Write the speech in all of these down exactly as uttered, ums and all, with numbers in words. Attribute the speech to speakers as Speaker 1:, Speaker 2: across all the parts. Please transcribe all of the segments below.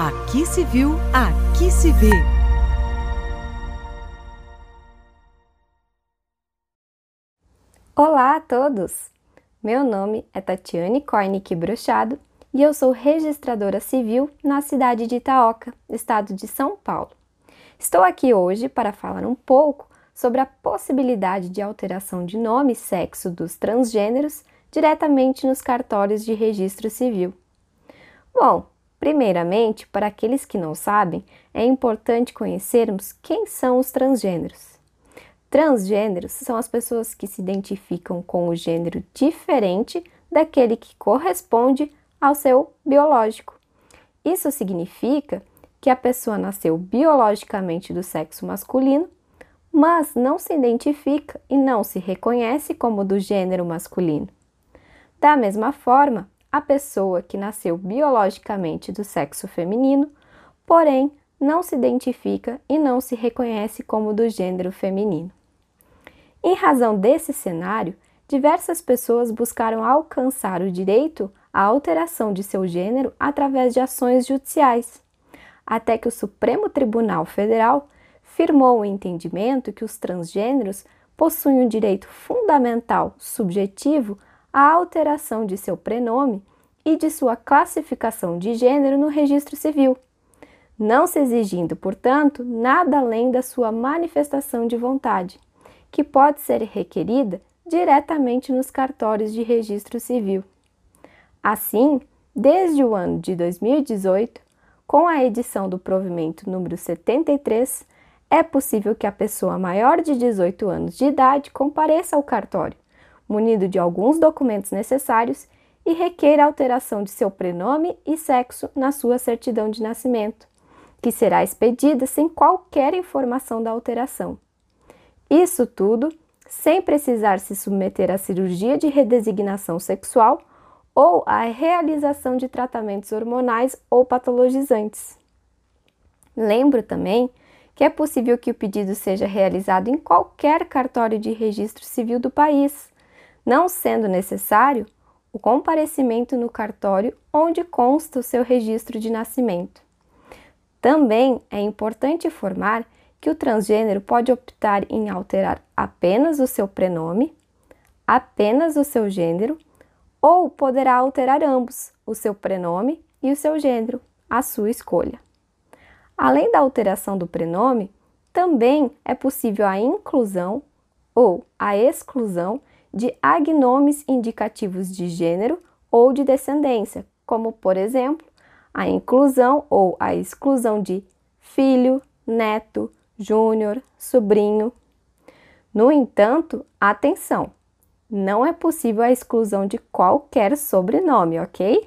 Speaker 1: Aqui se viu, aqui se vê.
Speaker 2: Olá a todos! Meu nome é Tatiane Koenig Brochado e eu sou registradora civil na cidade de Itaoca, estado de São Paulo. Estou aqui hoje para falar um pouco sobre a possibilidade de alteração de nome e sexo dos transgêneros diretamente nos cartórios de registro civil. Bom, primeiramente, para aqueles que não sabem, é importante conhecermos quem são os transgêneros. Transgêneros são as pessoas que se identificam com o gênero diferente daquele que corresponde ao seu biológico. Isso significa que a pessoa nasceu biologicamente do sexo masculino, mas não se identifica e não se reconhece como do gênero masculino. Da mesma forma, a pessoa que nasceu biologicamente do sexo feminino, porém não se identifica e não se reconhece como do gênero feminino. Em razão desse cenário, diversas pessoas buscaram alcançar o direito à alteração de seu gênero através de ações judiciais, até que o Supremo Tribunal Federal firmou o entendimento que os transgêneros possuem um direito fundamental subjetivo à alteração de seu prenome e de sua classificação de gênero no registro civil, não se exigindo, portanto, nada além da sua manifestação de vontade, que pode ser requerida diretamente nos cartórios de registro civil. Assim, desde o ano de dois mil e dezoito, com a edição do provimento número setenta e três, é possível que a pessoa maior de dezoito anos de idade compareça ao cartório, munido de alguns documentos necessários e requeira alteração de seu prenome e sexo na sua certidão de nascimento, que será expedida sem qualquer informação da alteração. Isso tudo sem precisar se submeter à cirurgia de redesignação sexual ou à realização de tratamentos hormonais ou patologizantes. Lembro também que é possível que o pedido seja realizado em qualquer cartório de registro civil do país, não sendo necessário o comparecimento no cartório onde consta o seu registro de nascimento. Também é importante informar que o transgênero pode optar em alterar apenas o seu prenome, apenas o seu gênero, ou poderá alterar ambos, o seu prenome e o seu gênero, à sua escolha. Além da alteração do prenome, também é possível a inclusão ou a exclusão de agnomes indicativos de gênero ou de descendência, como, por exemplo, a inclusão ou a exclusão de filho, neto, júnior, sobrinho. No entanto, atenção! Não é possível a exclusão de qualquer sobrenome, ok?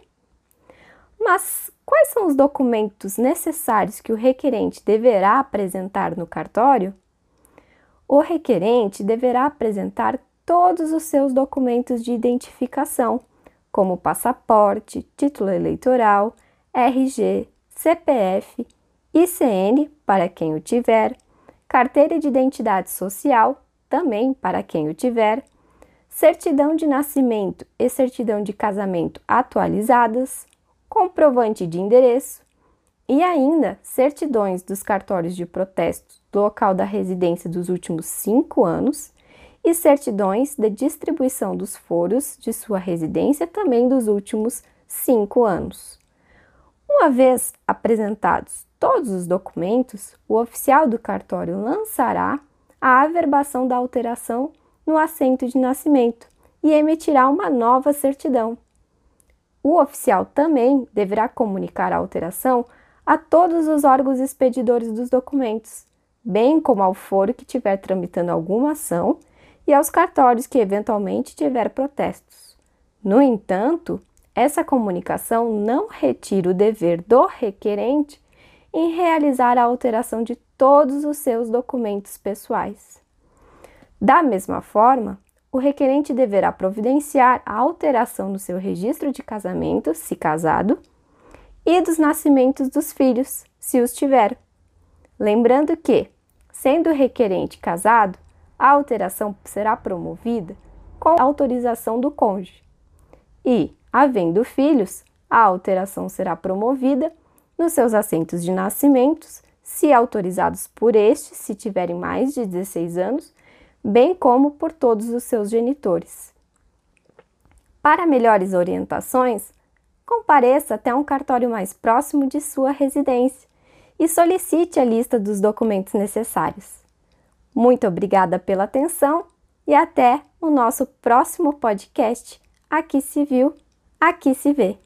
Speaker 2: Mas quais são os documentos necessários que o requerente deverá apresentar no cartório? O requerente deverá apresentar todos os seus documentos de identificação, como passaporte, título eleitoral, R G, C P F, I C N, para quem o tiver, carteira de identidade social, também para quem o tiver, certidão de nascimento e certidão de casamento atualizadas, comprovante de endereço e ainda certidões dos cartórios de protesto do local da residência dos últimos cinco anos e certidões de distribuição dos foros de sua residência também dos últimos cinco anos. Uma vez apresentados todos os documentos, o oficial do cartório lançará a averbação da alteração no assento de nascimento e emitirá uma nova certidão. O oficial também deverá comunicar a alteração a todos os órgãos expedidores dos documentos, bem como ao foro que estiver tramitando alguma ação e aos cartórios que eventualmente tiver protestos. No entanto, essa comunicação não retira o dever do requerente em realizar a alteração de todos os seus documentos pessoais. Da mesma forma, o requerente deverá providenciar a alteração no seu registro de casamento, se casado, e dos nascimentos dos filhos, se os tiver. Lembrando que, sendo o requerente casado, a alteração será promovida com autorização do cônjuge e, havendo filhos, a alteração será promovida nos seus assentos de nascimentos, se autorizados por estes, se tiverem mais de dezesseis anos, bem como por todos os seus genitores. Para melhores orientações, compareça até um cartório mais próximo de sua residência e solicite a lista dos documentos necessários. Muito obrigada pela atenção e até o nosso próximo podcast. Aqui se viu, aqui se vê.